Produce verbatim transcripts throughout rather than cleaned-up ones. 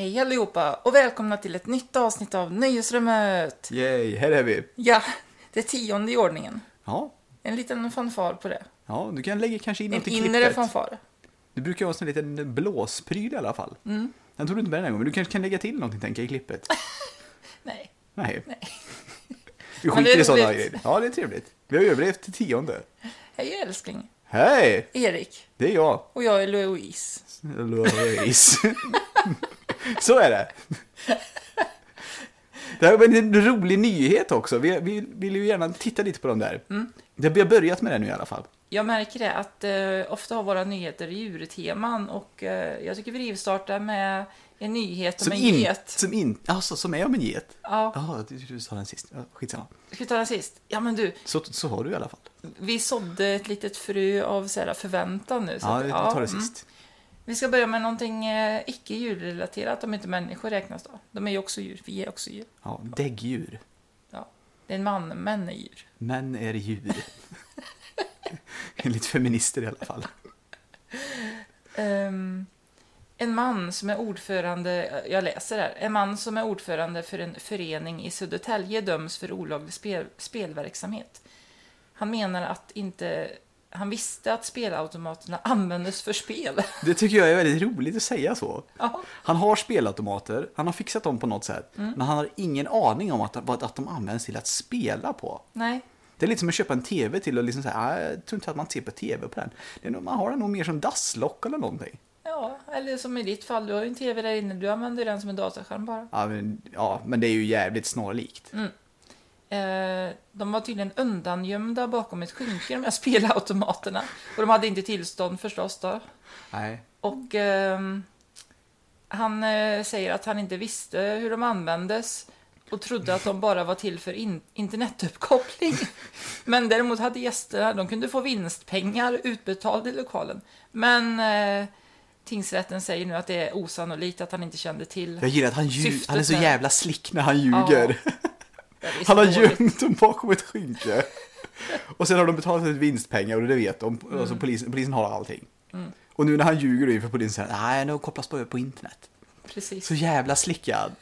Hej allihopa och välkomna till ett nytt avsnitt av Nöjesrummet. Yay, här är vi. Ja, det är tionde i ordningen. Ja. En liten fanfar på det. Ja, du kan lägga kanske in en något i inre klippet. fanfar. Det brukar vara en liten blåspryl i alla fall. Mm. Jag tror du inte med den här gången, men du kanske kan lägga till någonting, tänker jag, i klippet. Nej. Nej. Nej. Vi skiter i sådana grejer. Ja, det är trevligt. Vi har överlevt till tionde. Hej älskling. Hej! Erik. Det är jag. Och jag är Louise. Louise. Så är det. Det här var en rolig nyhet också. Vi, vi vill ju gärna titta lite på dem där. Mm. Det har börjat med det nu i alla fall. Jag märker det att eh, ofta har våra nyheter djurteman och eh, jag tycker vi rivstartar med en nyhet om som en in, get. Som, in, alltså, som är om en get? Ja. Jaha, du, du sa den sist. Ja, skitsamma. Ska vi ta den sist? Ja, men du. Så, så har du i alla fall. Vi sådde ett litet frö av så här, förväntan nu. Så ja, att, vi ja, tar det mm. sist. Vi ska börja med någonting eh, icke djurrelaterat om inte människor räknas då. De är ju också djur, vi är också djur. Ja, däggdjur. Ja, det är en man, män är djur. Män är djur. Enligt feminister i alla fall. Um, en man som är ordförande, jag läser här, en man som är ordförande för en förening i Södertälje döms för olaglig spel, spelverksamhet. Han menar att inte... Han visste att spelautomaterna användes för spel. Det tycker jag är väldigt roligt att säga så. Aha. Han har spelautomater, han har fixat dem på något sätt. Mm. Men han har ingen aning om att, att de används till att spela på. Nej. Det är lite som att köpa en tv till och liksom säga, jag tror inte att man ser på tv på den. Det är nog, man har den nog mer som dasslock eller någonting. Ja, eller som i ditt fall, du har ju en tv där inne, du använder den som en dataskärm bara. Ja, men, ja, men det är ju jävligt snarlikt. Mm. Eh, de var tydligen undangömda bakom ett skynke, de här spelautomaterna. Och de hade inte tillstånd förstås då. Nej. Och eh, han eh, säger att han inte visste hur de användes och trodde att de bara var till för in- internetuppkoppling. Men däremot hade gästerna, de kunde få vinstpengar utbetalda i lokalen. Men eh, tingsrätten säger nu att det är osannolikt att han inte kände till. Jag gillar att han, ljug- han är så med... jävla slick när han ljuger. Ja. Han har gömt dem bakom ett skynke. Och sen har de betalat ut vinstpengar och det vet de. Mm. Alltså polisen, polisen har allting. Mm. Och nu när han ljuger då inför polisen säger nej, nu kopplas på på internet. Precis. Så jävla slickad.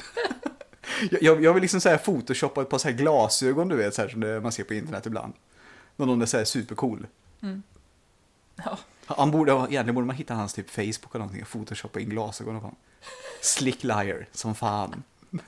jag, jag vill liksom säga photoshoppa ett par så här glasögon, du vet, så här, som man ser på internet ibland. När någon är så här supercool. Mm. Ja. Han borde, egentligen borde man hitta hans typ Facebook eller någonting och photoshoppa in glasögon och fan. Slick liar, som fan.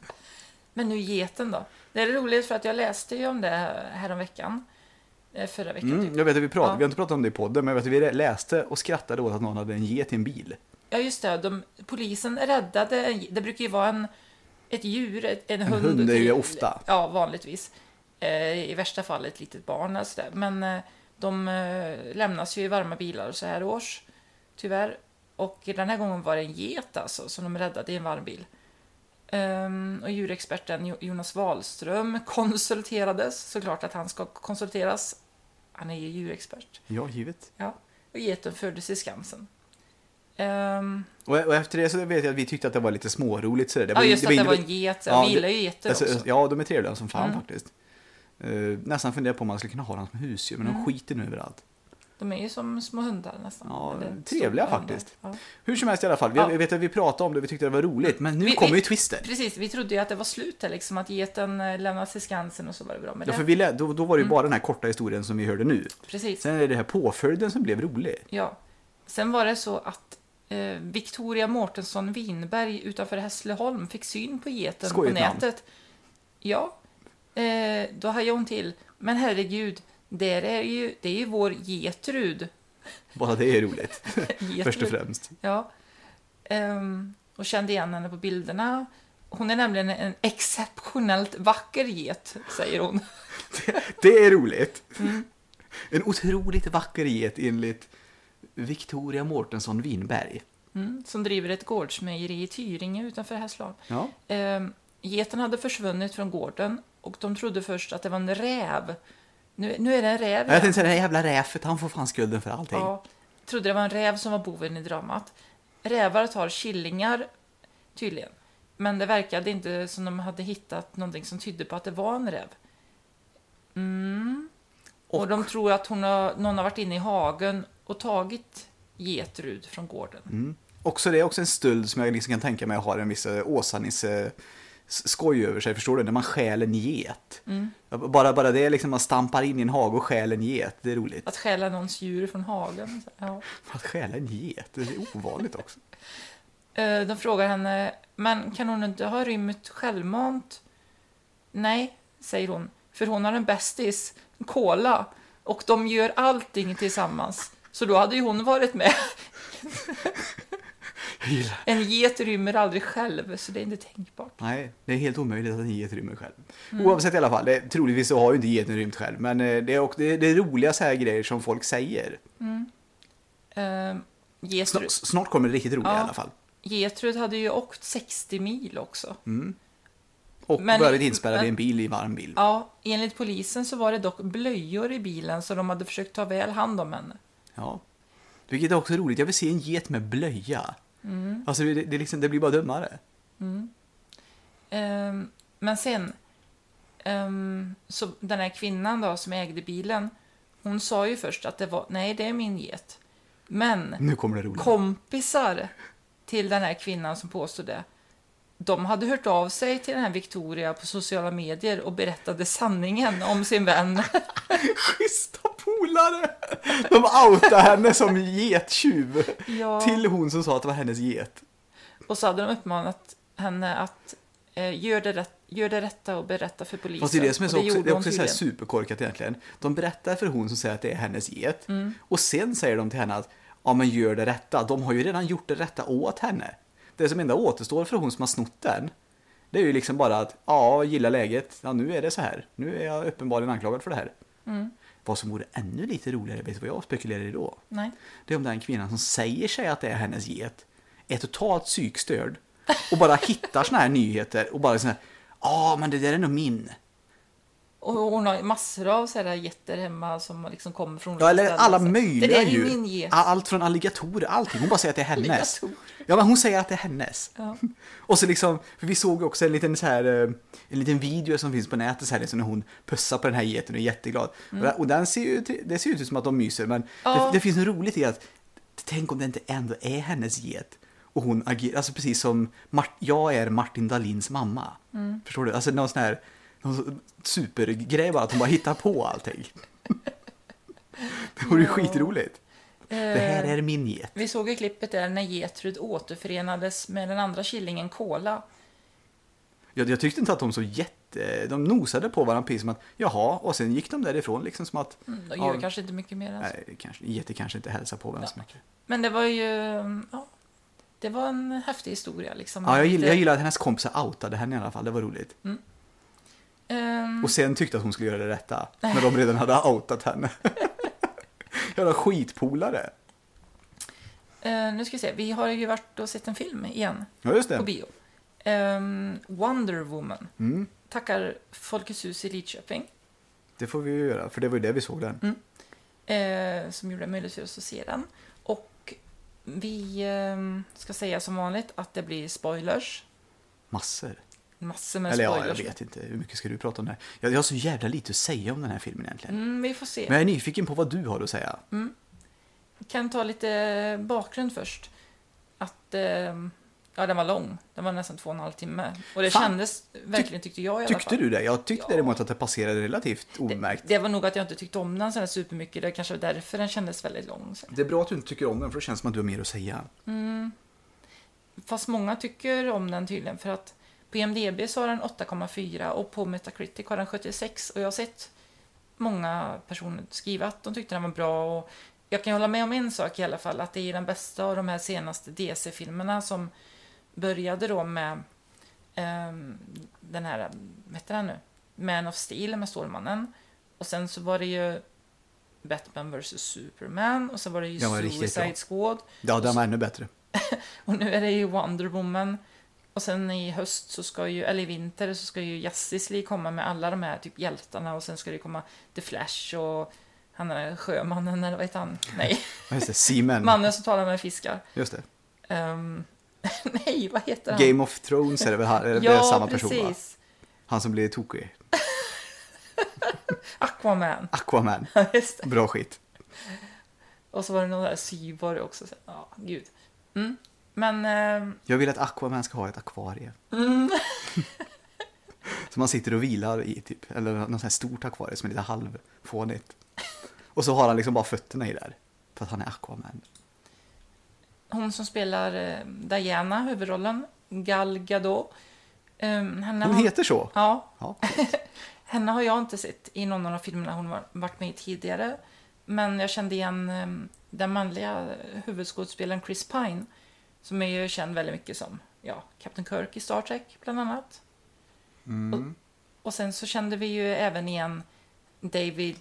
Men nu geten då. Det är roligt för att jag läste ju om det här om veckan. Förra veckan mm, typ. Jag vet att vi pratade, ja. vi har inte pratat om det i podden, men jag vet att vi läste och skrattade åt att någon hade en get i en bil. Ja just det, de, polisen räddade, det brukar ju vara en, ett djur, en, en hund. En hund är ju ofta. Ja, vanligtvis. Eh, I värsta fall ett litet barn. Alltså det. Men eh, de eh, lämnas ju i varma bilar så här års, tyvärr. Och den här gången var det en get alltså, som de räddade i en varm bil. Um, och djurexperten Jonas Wahlström konsulterades. Såklart att han ska konsulteras. Han är ju djurexpert. Ja, givet. Ja. Och geten föddes i Skansen. Um, och, och efter det så vet jag att vi tyckte att det var lite småroligt. Så det, det ja, var, just det att var, det var en get. Jag ja, gillar ju geter alltså, också. Ja, de är trevliga som fan mm. faktiskt. Uh, nästan funderar på om man skulle kunna ha dem som husdjur, men mm. de skiter nu överallt. De är ju som små hundar nästan. Ja, trevliga faktiskt. Ja. Hur som helst i alla fall. Vi, ja. vi vet att vi pratade om det, vi tyckte det var roligt. Men nu vi, kommer vi, ju twisten. Precis, vi trodde ju att det var slut där, liksom att geten lämnades till Skansen och så var det bra med ja, det. För vi lä- då, då var det ju mm. bara den här korta historien som vi hörde nu. Precis. Sen är det det här påföljden som blev rolig. Ja. Sen var det så att eh, Victoria Mårtensson Winberg utanför Hässleholm fick syn på geten Skojigt på nätet. Namn. Ja. Eh, då hajade hon till. Men herregud, det är ju, det är ju vår Getrud. Bara det är roligt. Först och främst. Ja. Um, och kände igen henne på bilderna. Hon är nämligen en exceptionellt vacker get, säger hon. det, det är roligt. Mm. En otroligt vacker get enligt Victoria Mårtensson Winberg. Mm, som driver ett gårdsmejeri i Tyringe utanför Hässleholm. Ja. Um, geten hade försvunnit från gården och de trodde först att det var en räv. Nu, nu är det en räv. Jag tänkte säga, det här jävla rävet, han får fan skulden för allting. Ja, trodde det var en räv som var boven i dramat. Rävar tar killingar, tydligen. Men det verkade inte som de hade hittat någonting som tydde på att det var en räv. Mm. Och, och de tror att hon har, någon har varit inne i hagen och tagit Getrud från gården. Mm. också det är också en stöld som jag liksom kan tänka mig har en viss Åsa-Nisse eh, skoj över sig, förstår du? När man stjäl en get. Mm. Bara, bara det liksom, man stampar in i en hage och stjäl en get, det är roligt. Att stjäla någons djur från hagen. Ja. Att stjäla en get, det är ovanligt också. De frågar henne, men kan hon inte ha rymt självmant? Nej, säger hon, för hon har en bästis, Cola, och de gör allting tillsammans. Så då hade ju hon varit med. En get rymmer aldrig själv, så det är inte tänkbart. Nej, det är helt omöjligt att en get rymmer själv. Mm. Oavsett i alla fall, det, troligtvis så har ju inte geten rymt själv, men det är, också, det, är, det är roliga så här grejer som folk säger. Mm. Uh, Getrud... Snart, snart kommer det riktigt roliga ja. I alla fall. Getrud hade ju åkt sextio mil också. Mm. Och men, varit inspärrad i en bil i varm bil. Ja, enligt polisen så var det dock blöjor i bilen, så de hade försökt ta väl hand om henne. Ja, vilket är också roligt. Jag vill se en get med blöja. Mm. Alltså det, det, liksom, det blir bara dummare. Mm. Um, men sen um, så den här kvinnan då som ägde bilen, hon sa ju först att det var, nej det är min get. Men nu kommer det roliga. Kompisar till den här kvinnan som påstod det, de hade hört av sig till den här Victoria på sociala medier och berättade sanningen om sin vän. Schyssta polare! De outade henne som gettjuv ja. Till hon som sa att det var hennes get. Och så hade de uppmanat henne att eh, gör, det rätt, gör det rätta och berätta för polisen. Fast det är det som är så det också, det är också så här superkorkat egentligen. De berättar för hon som säger att det är hennes get. Mm. Och sen säger de till henne att ja, men gör det rätta. De har ju redan gjort det rätta åt henne. Det som enda återstår för hon som har snott den, det är ju liksom bara att ja, gilla läget. Ja, nu är det så här. Nu är jag uppenbarligen anklagad för det här. Mm. Vad som vore ännu lite roligare, vet du vad jag spekulerar i då? Nej. Det är om den kvinnan som säger sig att det är hennes get är totalt psykstörd och bara hittar såna här nyheter och bara sån här, ja, men det där är nog min. Och hon har massor av sådana här getter hemma som liksom kommer från... Ja, eller alla möjliga djur. Min get. Allt från alligatorer, allting. Hon bara säger att det är hennes. Ja, men hon säger att det är hennes. Ja. Och så liksom, för vi såg också en liten så här, en liten video som finns på nätet så här, liksom när hon pussar på den här geten och är jätteglad. Mm. Och den ser ju, det ser ut som att de myser, men ja. det, det finns något roligt i att tänk om det inte ändå är hennes get. Och hon agerar, alltså precis som Mart, jag är Martin Dahlins mamma. Mm. Förstår du? Alltså någon sån här någon supergrej bara att hon bara hittar på allting. Det vore ju ja. skitroligt. Eh, det här är min get. Vi såg i klippet där när Getrud återförenades med den andra killingen Cola. Jag, jag tyckte inte att de så jätte... De nosade på varandra precis som att jaha, och sen gick de därifrån liksom som att... Mm, de gör ja, kanske inte mycket mer. Alltså. Nej, kanske, Getter kanske inte hälsar på varandra ja. så mycket. Men det var ju... Ja, det var en häftig historia liksom. Ja, jag gillar, jag gillar att hennes kompisar outade henne i alla fall. Det var roligt. Mm. Um... Och sen tyckte att hon skulle göra det rätta. När de redan hade outat henne. Jävla skitpolare. Uh, nu ska vi se. Vi har ju varit och sett en film igen. Ja, just det. På bio. Um, Wonder Woman. Mm. Tackar Folkets hus i Lidköping. Det får vi ju göra, för det var ju det vi såg den. Mm. Uh, som gjorde det möjligt för oss att se den. Och vi uh, ska säga som vanligt att det blir spoilers. Massor. Massor med Eller spoilers. ja, jag vet inte. Hur mycket ska du prata om det här? Jag, jag har så jävla lite att säga om den här filmen egentligen. Mm, vi får se. Men jag är nyfiken på vad du har att säga. Mm. Jag kan ta lite bakgrund först. Att eh, ja, den var lång. Den var nästan två och en halv timme. Och det Fan. kändes verkligen, tyckte jag i alla Tyckte fall. du det? Jag tyckte ja. däremot att det passerade relativt omärkt. Det, det var nog att jag inte tyckte om den så här supermycket. Det kanske var därför den kändes väldigt lång. Så. Det är bra att du inte tycker om den, för det känns som att du har mer att säga. Mm. Fast många tycker om den tydligen, för att på I M D B så har den åtta komma fyra och på Metacritic har den sjuttiosex. Och jag har sett många personer skriva att de tyckte den var bra. Och jag kan hålla med om en sak i alla fall, att det är den bästa av de här senaste D C-filmerna som började då med um, den här, vad heter den nu? Man of Steel med Stålmannen. Och sen så var det ju Batman versus Superman. Och så var det ju var Suicide Squad. Ja, den var ännu bättre. Och nu är det ju Wonder Woman. Och sen i höst så ska ju, eller i vinter så ska ju Justice League komma med alla de här typ hjältarna. Och sen ska det komma The Flash och han är sjömannen, eller vad heter han? Nej. Vad heter det? Seaman. Mannen som talar med fiskar. Just det. Um, nej, vad heter han? Game of Thrones är det väl, är det ja, samma precis. person, va? Han som blir tokig. Aquaman. Aquaman. Just det. Bra skit. Och så var det någon där Cyborg också. Ja, gud. Mm. Men... Eh... Jag vill att Aquaman ska ha ett akvarie. Mm. Som man sitter och vilar i typ. Eller något sånt här stort akvarie som är lite halvfånigt. Och så har han liksom bara fötterna i där. För att han är Aquaman. Hon som spelar eh, Diana, huvudrollen, Gal Gadot. Eh, henne hon har... heter så? Ja. ja. Henne har jag inte sett i någon av de filmerna hon var, varit med i tidigare. Men jag kände igen eh, den manliga huvudskådespelaren Chris Pine. Som är ju känd väldigt mycket som ja, Captain Kirk i Star Trek bland annat. Mm. Och, och sen så kände vi ju även igen David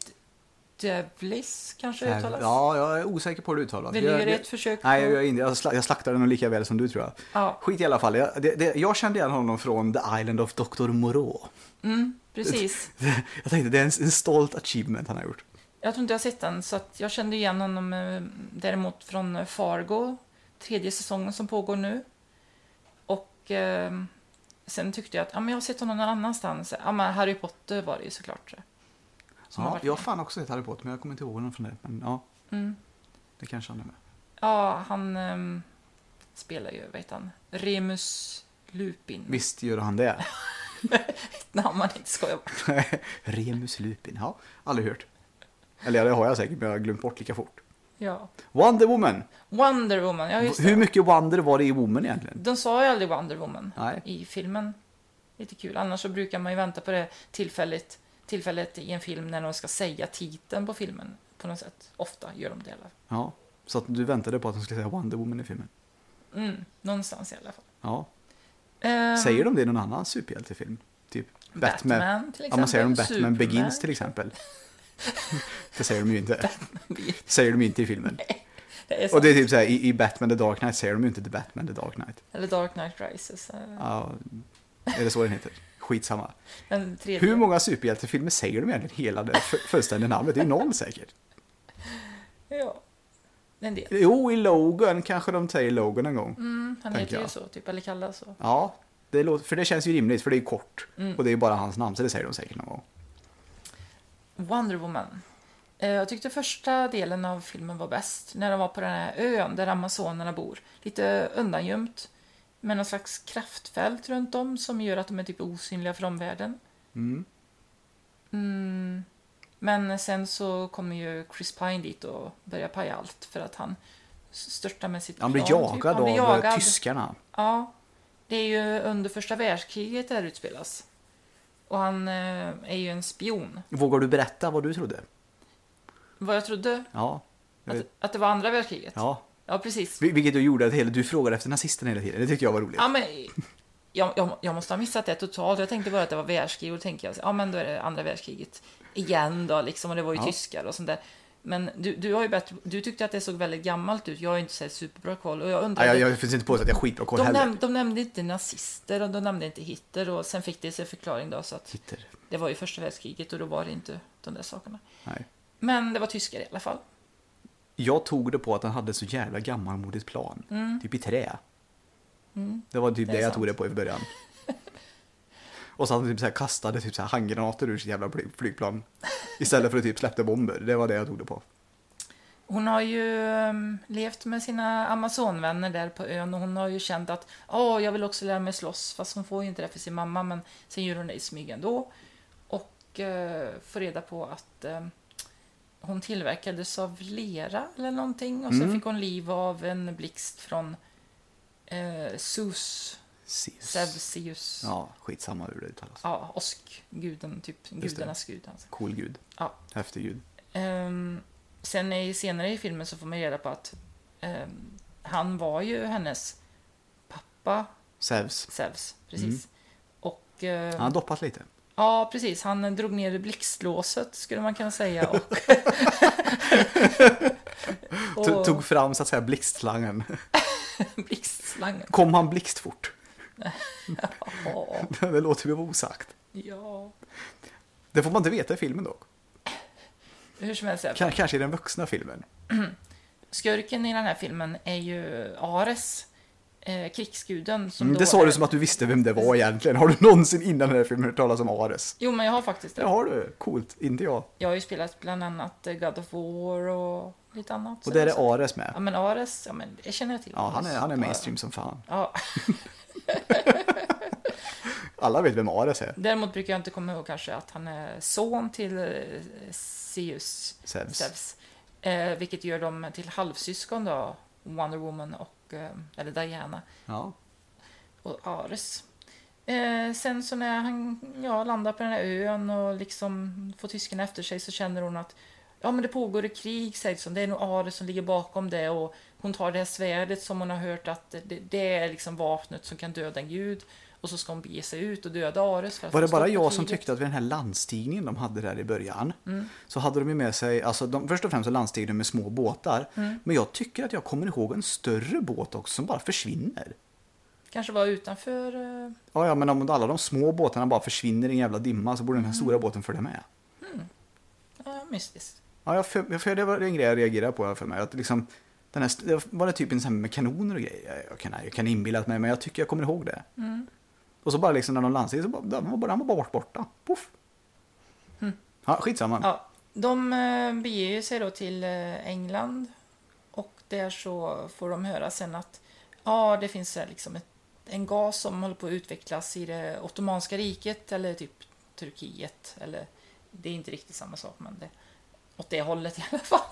Devlis kanske Här, uttalas. Ja, jag är osäker på hur det uttalas. Vill du göra ett försök? Nej, på... jag, jag, jag, jag slaktar den lika väl som du tror jag. Ja. Skit i alla fall. Jag, det, det, jag kände igen honom från The Island of doktor Moreau. Mm, precis. Jag tänkte, det är en, en stolt achievement han har gjort. Jag tror inte jag har sett den, så att jag kände igen honom eh, däremot från Fargo, tredje säsongen som pågår nu. Och eh, sen tyckte jag att ja, men jag har sett honom någon annanstans. Ja, men Harry Potter var det ju såklart. Ja, jag har fan också sett Harry Potter, men jag kommer inte ihåg honom från det. Men ja, mm. det kanske han är med. Ja, han eh, spelar ju, vet han, Remus Lupin. Visst gör han det. Ett namn man inte skojar bort. Remus Lupin, ja, aldrig hört. Eller ja, det har jag säkert, men jag har glömt bort lika fort. Ja. Wonder Woman. Wonder Woman, ja just det. Hur mycket Wonder var det i Woman egentligen? De sa ju aldrig Wonder Woman Nej. i filmen. Lite kul. Annars så brukar man ju vänta på det tillfället, tillfället i en film när de ska säga titeln på filmen på något sätt. Ofta gör de det i alla fall. Ja, så att du väntade på att de skulle säga Wonder Woman i filmen? Mm, någonstans i alla fall. Ja. Um, Säger de det i någon annan superhjältefilm? Typ Batman, Batman till exempel. Ja, man säger de Batman Superman. Begins till exempel. Det säger de ju inte. Säger de inte i filmen. Nej, det är och det är typ så här, i, i Batman The Dark Knight säger de ju inte The Batman The Dark Knight. Eller Dark Knight Rises. Ja, är det så den heter? Skitsamma. Den tredje. Hur många superhjältefilmer säger de egentligen hela det fullständiga namnet? Det är noll säkert. Ja, en del. Jo, i Logan kanske de säger Logan en gång. Mm, han heter jag. ju så, typ, eller kallas så. Ja, det låter, för det känns ju rimligt, för det är kort. Mm. Och det är bara hans namn, så det säger de säkert någon gång. Wonder Woman. Eh, Jag tyckte första delen av filmen var bäst. När de var på den här ön där amazonerna bor. Lite undangömt. Med någon slags kraftfält runt om som gör att de är typ osynliga för omvärlden. Mm. Mm. Men sen så kommer ju Chris Pine dit och börjar paja allt för att han störtar med sitt Han blir plan, jagad typ. Han blir av jagad. tyskarna. Ja, det är ju under första världskriget där utspelas. Och han eh, är ju en spion. Vågar du berätta vad du trodde? Vad jag trodde? Ja. Jag Att, att det var andra världskriget? Ja. Ja, precis. Vil- Vilket du gjorde att hela, du frågade efter nazisten hela tiden. Det tyckte jag var roligt. Ja, men jag, jag, jag måste ha missat det totalt. Jag tänkte bara att det var världskrig och då tänkte jag, ja men då är det andra världskriget igen då liksom, och det var ju Ja. tyskar och sånt där. Men du, du har ju bättre, du tyckte att det såg väldigt gammalt ut. Jag har ju inte sett superbra koll och jag undrar. Nej, jag, jag finns inte på att jag har skitbra koll de, heller. näm, de nämnde inte nazister och de nämnde inte Hitler och sen fick det sig förklaring då så att Hitler. det var ju första världskriget och då var det inte de där sakerna. Nej. Men det var tyskar i alla fall. Jag tog det på att han hade så jävla gammalmodigt plan. Mm. Typ i trä. Mm. Det var typ Det det, är jag sant. tog det på i början. Och så hade han typ så här kastade typ så här handgranater ur sitt jävla flyg- flygplan. Istället för att typ släppte bomber. Det var det jag tog det på. Hon har ju um, levt med sina amazonvänner där på ön och hon har ju känt att åh, jag vill också lära mig slåss, fast hon får ju inte det för sin mamma, men sen gör hon det i smyg ändå och uh, får reda på att uh, hon tillverkades av lera eller någonting och sen Mm. fick hon liv av en blixt från uh, Zeus, Zeus. Zeus. Ja. Ja, skitsamma hur det uttalas. Ja, åskguden, typ det. gudarnas gud. Alltså. Cool gud. Ja. Häftig gud. Um, sen i, senare i filmen så får man reda på att um, han var ju hennes pappa, Zeus. Zeus, precis. Mm. Och uh, Han har doppat lite. ja, precis. Han drog ner blixtlåset skulle man kunna säga. Och, T- Tog fram så att säga blixtslangen. blixtslangen. Kom han blixtfort? Ja, Det låter ju osagt. ja. Det får man inte veta i filmen dock. Hur som helst. K- kanske i den vuxna filmen. Skurken i den här filmen är ju Ares. eh, krigsguden. Som Mm, då det sa är... du som att du visste vem det var egentligen. Har du någonsin innan den här filmen hört talas om Ares? Jo, men jag har faktiskt det. Det har du. Coolt. Inte jag. Jag har ju spelat bland annat God of War och lite annat. Och där så. är Ares med. Ja, men Ares, ja, men det känner jag till. Ja, han är, han är mainstream som fan. Ja. Alla vet vem Ares är. Däremot brukar jag inte komma ihåg kanske att han är son till eh, Zeus. Zeus. Zeus. Eh, vilket gör dem till halvsyskon då. Wonder Woman och, eh, eller Diana. Ja. Och Ares. Eh, sen så när han ja, landar på den här ön och liksom får tyskarna efter sig så känner hon att ja, men det pågår ett krig, sägs det. Det är nog Ares som ligger bakom det och hon tar det här svärdet som hon har hört att det, det är liksom vapnet som kan döda en gud och så ska hon bege sig ut och döda Ares. För att Var det få bara stopp på jag som kriget. tyckte att vid den här landstigningen de hade där i början Mm. så hade de ju med sig, alltså de, först och främst så landsteg de med små båtar, Mm. men jag tycker att jag kommer ihåg en större båt också som bara försvinner. Kanske var utanför... eh, Ja, ja, men om alla de små båtarna bara försvinner i en jävla dimma så borde den här stora båten följa med. Ja, mystiskt. Ja, jag för, jag för, det var en grej jag reagerade på för mig. Att liksom, den här, det var det typ en sån här med kanoner och grejer. Jag kan, jag kan inbilla mig, men jag tycker jag kommer ihåg det. Mm. Och så bara liksom när de landsteg så bara, den var bara, den var bara bort, borta. Puff. Mm. Ja, skitsamma. Ja, de eh, beger sig då till eh, England och där så får de höra sen att ja, det finns eh, liksom ett, en gas som håller på att utvecklas i det ottomanska riket eller typ Turkiet. Eller, det är inte riktigt samma sak, men det åt det hållet i alla fall.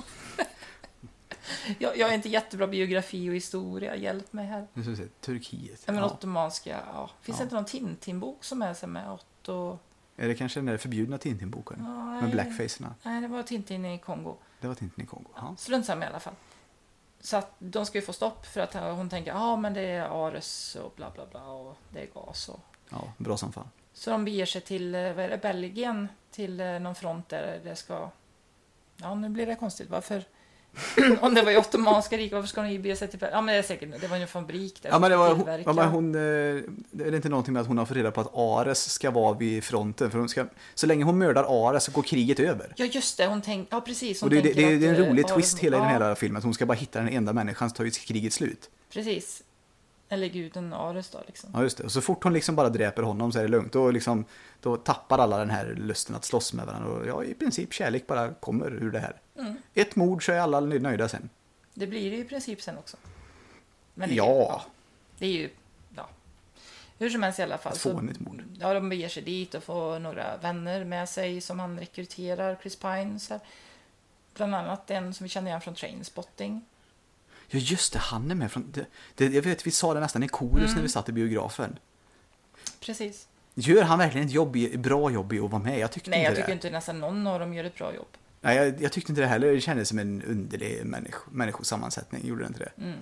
jag, jag är inte jättebra biografi och historia, hjälp mig här. Nu ska vi se, Turkiet. Ja, men Ja. ottomanska, ja. Finns det Ja. inte någon Tintin-bok som är så med Otto? Är det kanske den där förbjudna Tintin-boken? Ja, Med nej. blackfacerna. Nej, det var Tintin i Kongo. Det var Tintin i Kongo. Ja. Strunt samma i alla fall. Så att de ska ju få stopp för att hon tänker ja ah, men det är Ares och bla bla bla och det är gas och... Ja, bra som fan. Så de beger sig till, vad är det, Belgien, till eh, någon front där det ska... Ja, nu blir det konstigt. Varför? Om det var i Ottomanska riket, varför ska de bege sig till... Ja, men det är säkert, det var ju en fabrik där. Ja, men det var hon, tillverka- ja, men hon, eh, det är inte någonting med att hon har fått reda på att Ares ska vara vid fronten. För hon ska, så länge hon mördar Ares så går kriget över. Ja, just det. Hon tänker... Ja, precis. Hon Och det, det, tänker det, det är att, en eh, rolig Ares- twist hela i den ja, hela filmen. Att hon ska bara hitta den enda människan så tar ju kriget slut. Precis. Eller guden Ares då, liksom. Ja, just det. Och så fort hon liksom bara dräper honom så är det lugnt. Då, liksom, då tappar alla den här lusten att slåss med varandra. Och ja, i princip kärlek bara kommer ur det här. Mm. Ett mord så är alla nöjda sen. Det blir det ju i princip sen också. Men det, Ja. Det är ju... Ja. Hur som helst i alla fall. Ett Så, fånigt mord. ja, de beger sig dit och får några vänner med sig som han rekryterar, Chris Pine. Så här. Bland annat en som vi känner igen från Trainspotting. Ja, just det. Han är med från... Det, det, jag vet, vi sa det nästan i korus Mm. när vi satt i biografen. Precis. Gör han verkligen ett jobb i, bra jobb i att vara med? Jag tyckte Nej, inte jag det. tycker inte nästan någon av dem gör ett bra jobb. Nej, jag, jag tyckte inte det heller. Det kändes som en underlig människ, människosammansättning. Gjorde det inte det? Mm.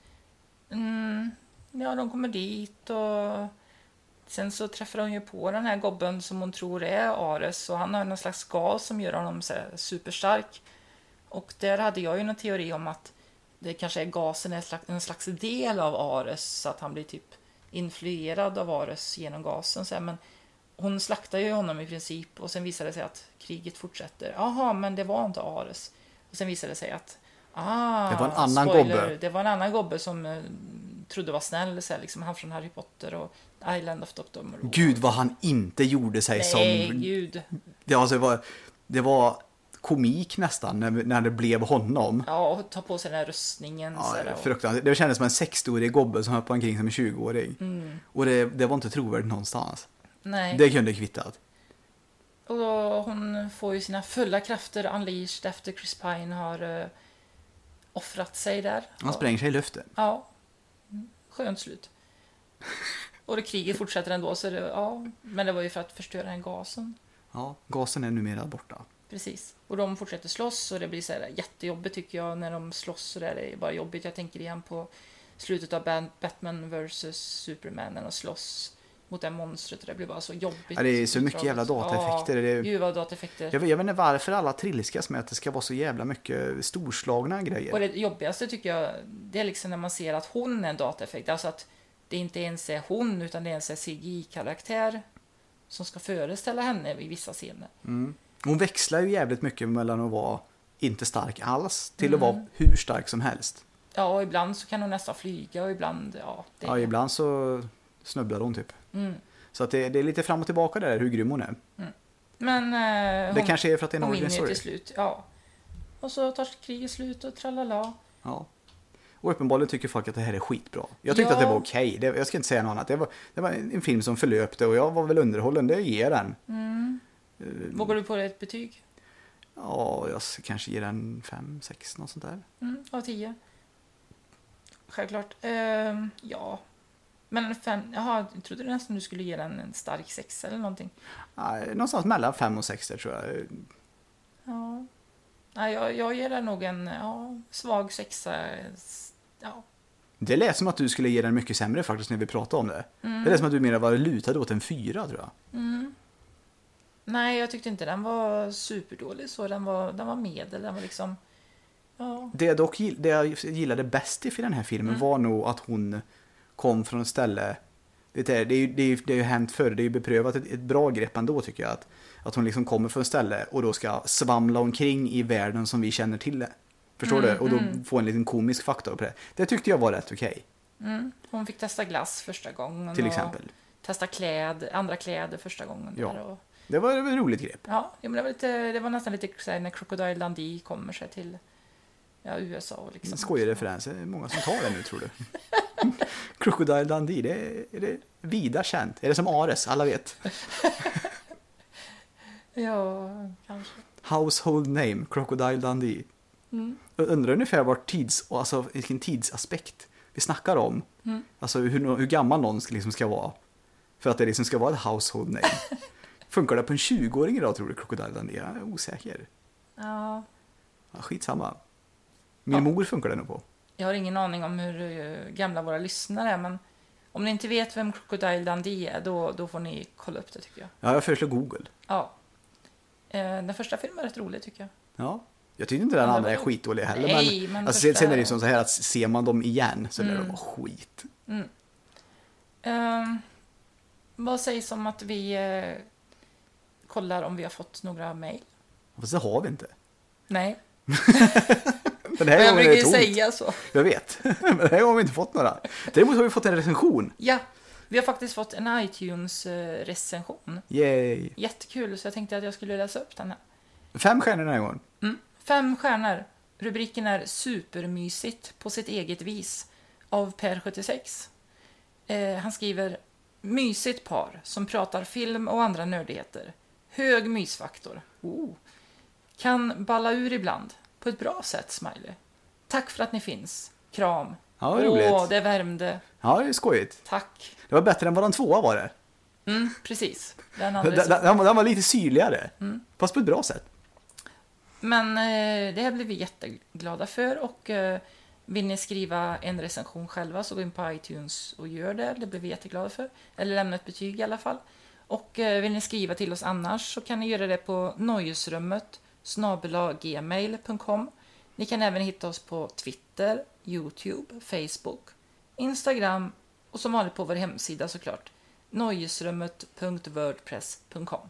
Mm, ja, de kommer dit och sen så träffar de ju på den här gobben som hon tror är Ares och han har någon slags gas som gör honom så här superstark. Och där hade jag ju någon teori om att det kanske är gasen är en slags, en slags del av Ares så att han blir typ influerad av Ares genom gasen. Så här, men hon slaktar ju honom i princip och sen visade det sig att kriget fortsätter. Jaha, men det var inte Ares. Och sen visade det sig att ah, Det var en annan spoiler, gobbe. Det var en annan gobbe som eh, trodde var snäll, så här, liksom han från Harry Potter och Island of Doctor Moreau. Gud vad han inte gjorde sig Nej, som... gud. Det, alltså, det, var, det var komik nästan när, när det blev honom. Ja, och ta på sig den här rustningen. Ja, så här, och, fruktansvärt. Det kändes som en sextioårig gobbe som höll på omkring som en tjugoåring. mm, Och det, det var inte trovärdigt någonstans. nej. Det kunde kvittat. Och hon får ju sina fulla krafter unleashed efter Chris Pine har uh, offrat sig där. Han spränger sig i luften. Ja, Mm, skönt slut. Och det kriget fortsätter ändå, så det, ja, men det var ju för att förstöra den gasen. Ja, gasen är numera borta. Precis. Och de fortsätter slåss och det blir så här jättejobbigt tycker jag när de slåss så där. Det är bara jobbigt. Jag tänker igen på slutet av Batman versus Superman när de slåss mot det monstret och det blir bara så jobbigt. Ja, det är så mycket jävla dataeffekter. Ja, Det, gud vad dataeffekter. jag, vet, jag vet inte varför alla trilskas med att det ska vara så jävla mycket storslagna grejer. Och det jobbigaste tycker jag, det är liksom när man ser att hon är en dataeffekt. Alltså att det inte ens är hon utan det är en C G I-karaktär som ska föreställa henne i vissa scener. Mm. Hon växlar ju jävligt mycket mellan att vara inte stark alls till Mm. att vara hur stark som helst. Ja, och ibland så kan hon nästan flyga och ibland, ja. Det Ja, ibland så snubblar hon typ. Mm. Så att det, det är lite fram och tillbaka där hur grym hon är. Mm. Men eh, det hon, kanske är för att det är en hon origin vinner ju story. till slut, ja. Och så tar kriget slut och tralala. Ja. Och uppenbarligen tycker folk att det här är skitbra. Jag tyckte Ja. att det var okej. Okay. Jag ska inte säga något annat. Det var, det var en film som förlöpte och jag var väl underhållen. Det ger den. Mm. Uh, Vågar du på det ett betyg? Ja, jag kanske ger den fem, sex, något sånt där. Mm, av tio. Självklart. Ehm, ja. Men fem, jaha, jag trodde nästan du skulle ge den en stark sex eller någonting. Ja, någonstans mellan fem och sex där tror jag. Ja. Nej, jag, jag ger den nog en ja, svag sexa. Ja. Det lät som att du skulle ge den mycket sämre faktiskt när vi pratade om det. Mm. Det lät som att du mer var lutad åt en fyra tror jag. Mm. Nej, jag tyckte inte den var superdålig så. Den var, den var medel. Den var liksom... Ja. Det jag dock det jag gillade bäst i den här filmen Mm. var nog att hon kom från ett ställe. Det är, det är, det är, det är ju hänt förr, det är ju beprövat ett, ett bra grepp ändå tycker jag. Att, att hon liksom kommer från ett ställe och då ska svamla omkring i världen som vi känner till det. Förstår Mm, du? Och då mm. få en liten komisk faktor på det. Det tyckte jag var rätt okej. Mm. Hon fick testa glass första gången. Till och exempel. Testa kläd, andra kläder första gången. Ja. Där och, Det var, det var ett roligt grepp. ja, men det, var lite, det var nästan lite så här, när Crocodile Dundee kommer sig till ja, U S A. Och liksom. Skojig referens. Det är många som tar det nu tror du. Crocodile Dundee, det är, det är vida känt. Är det som Ares? Alla vet. Ja, kanske. Household name, Crocodile Dundee. Mm. Jag undrar ungefär var tids, alltså vilken tidsaspekt vi snackar om. Mm. Alltså hur, hur gammal någon ska, liksom ska vara. För att det liksom ska vara ett household name. Funkar det på en tjugoåring idag tror du, Crocodile Dundee? Jag är osäker. Ja, Ja, skitsamma. Min Ja. mor funkar det nog på. jag har ingen aning om hur eh, gamla våra lyssnare är, men om ni inte vet vem Crocodile Dundee är, då, då får ni kolla upp det tycker jag. Ja, jag föreslår Google. Ja. Eh, den första filmen är rätt rolig tycker jag. Ja. Jag tycker inte den Ja, det andra är var- skitdålig heller. Nej, men men alltså, första- sen är det ju som så här att ser man dem igen så är det Mm. bara skit. Mm. Ehm, vad sägs om att vi eh, kollar om vi har fått några mejl? Fast det har vi inte. Nej, Den här jag gången är det brukar ju tomt. säga så. Jag vet. Men den här gången har vi inte fått några. Däremot har vi fått en recension. Ja, vi har faktiskt fått en iTunes-recension. Yay. Jättekul, så jag tänkte att jag skulle läsa upp den här. Fem stjärnor den här gången. Mm. Fem stjärnor. Rubriken är supermysigt på sitt eget vis av Per sjuttiosex. Eh, han skriver mysigt par som pratar film och andra nördigheter. Hög mysfaktor. Oh. Kan balla ur ibland. På ett bra sätt, smiley. Tack för att ni finns. Kram. Ja, vad roligt. Åh, det värmde. Ja, det är skojigt. Tack. Det var bättre än vad den tvåa var det. Mm, precis. Den Den, andra den, den, var, den var lite syrligare. Mm. Fast på ett bra sätt. Men eh, det här blir vi jätteglada för och eh, vill ni skriva en recension själva så gå in på iTunes och gör det. Det blir vi jätteglada för. Eller lämna ett betyg i alla fall. Och eh, vill ni skriva till oss annars så kan ni göra det på nöjesrummet snabel-a gmail punkt com. Ni kan även hitta oss på Twitter, YouTube, Facebook, Instagram och som vanligt på vår hemsida såklart. nöjesrummet punkt wordpress punkt com.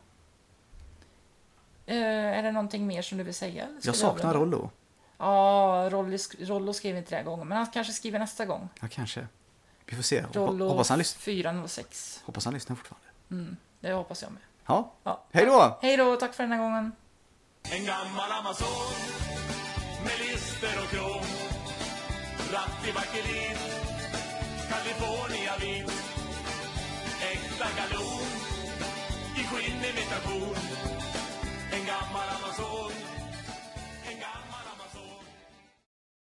Eh, är det någonting mer som du vill säga? Eller ska Jag vi saknar avrunda? Rollo. Ja, Rollo, Rollo skrev inte den här gången, men han kanske skriver nästa gång. Ja, kanske. Vi får se. Hop- Rollo Hoppas han, lys- fyra noll sex. hoppas han lyssnar fortfarande. Mm, det hoppas jag med. Ja. Ja. Hej då! Hej då, tack för den här gången. En gammal amazon med lister och krom. Ratt i bakerin, California vin. Äkta galon i skinnimitation. En gammal amazon